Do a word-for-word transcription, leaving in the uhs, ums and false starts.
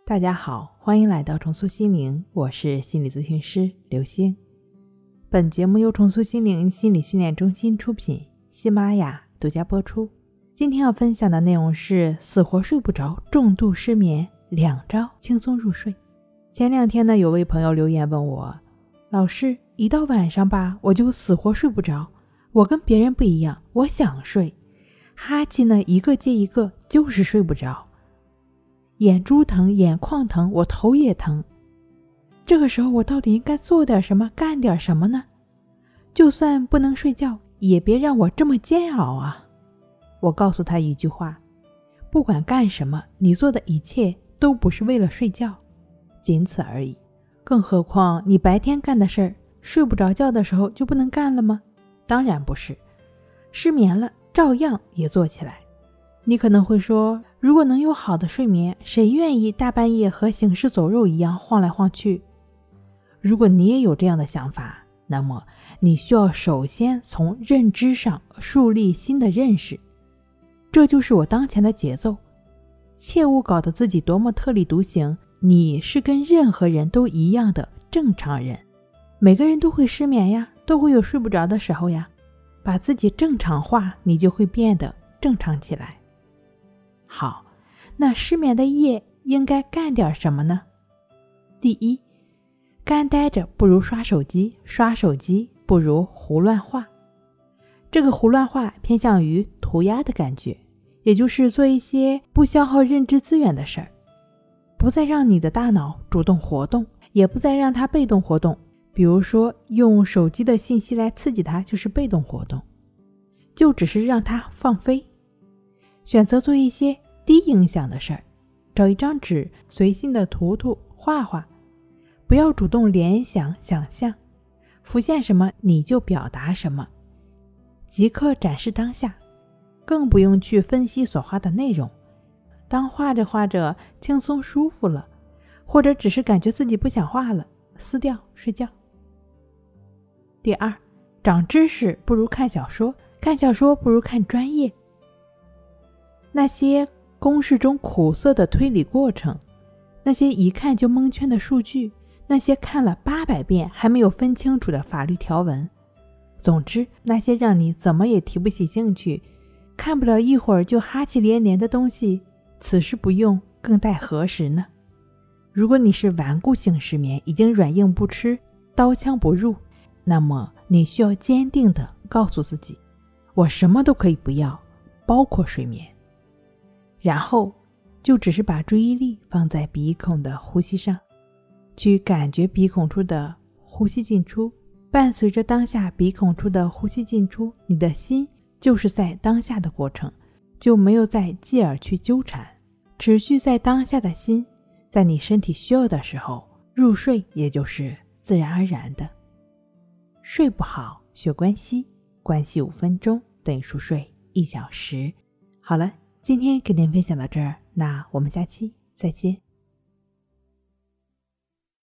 大家好，欢迎来到重塑心灵，我是心理咨询师刘星。本节目由重塑心灵心理训练中心出品，喜马拉雅独家播出。今天要分享的内容是死活睡不着，重度失眠，两招轻松入睡。前两天呢，有位朋友留言问我，老师，一到晚上吧，我就死活睡不着，我跟别人不一样，我想睡，哈气呢一个接一个，就是睡不着。眼珠疼，眼眶疼，我头也疼。这个时候我到底应该做点什么，干点什么呢？就算不能睡觉，也别让我这么煎熬啊。我告诉他一句话，不管干什么，你做的一切都不是为了睡觉，仅此而已。更何况你白天干的事儿，睡不着觉的时候就不能干了吗？当然不是，失眠了照样也做起来。你可能会说，如果能有好的睡眠，谁愿意大半夜和行尸走肉一样晃来晃去？如果你也有这样的想法，那么你需要首先从认知上树立新的认识。这就是我当前的节奏，切勿搞得自己多么特立独行，你是跟任何人都一样的正常人。每个人都会失眠呀，都会有睡不着的时候呀，把自己正常化，你就会变得正常起来。好，那失眠的夜应该干点什么呢？第一，干待着不如刷手机，刷手机不如胡乱画。这个胡乱画偏向于涂鸦的感觉，也就是做一些不消耗认知资源的事儿，不再让你的大脑主动活动，也不再让它被动活动。比如说用手机的信息来刺激它，就是被动活动，就只是让它放飞。选择做一些低影响的事儿，找一张纸随性的涂涂画画，不要主动联想想象，浮现什么你就表达什么，即刻展示当下，更不用去分析所画的内容。当画着画着轻松舒服了，或者只是感觉自己不想画了，撕掉睡觉。第二，长知识不如看小说，看小说不如看专业。那些公式中苦涩的推理过程，那些一看就蒙圈的数据，那些看了八百遍还没有分清楚的法律条文，总之那些让你怎么也提不起兴趣，看不了一会儿就哈气连连的东西，此时不用更待何时呢？如果你是顽固性失眠，已经软硬不吃，刀枪不入，那么你需要坚定地告诉自己，我什么都可以不要，包括睡眠。然后就只是把注意力放在鼻孔的呼吸上，去感觉鼻孔处的呼吸进出，伴随着当下鼻孔处的呼吸进出，你的心就是在当下的过程，就没有再继而去纠缠，持续在当下的心，在你身体需要的时候入睡，也就是自然而然的。睡不好学关系，关系五分钟等于熟睡一小时。好了，今天跟您分享到这儿，那我们下期再见。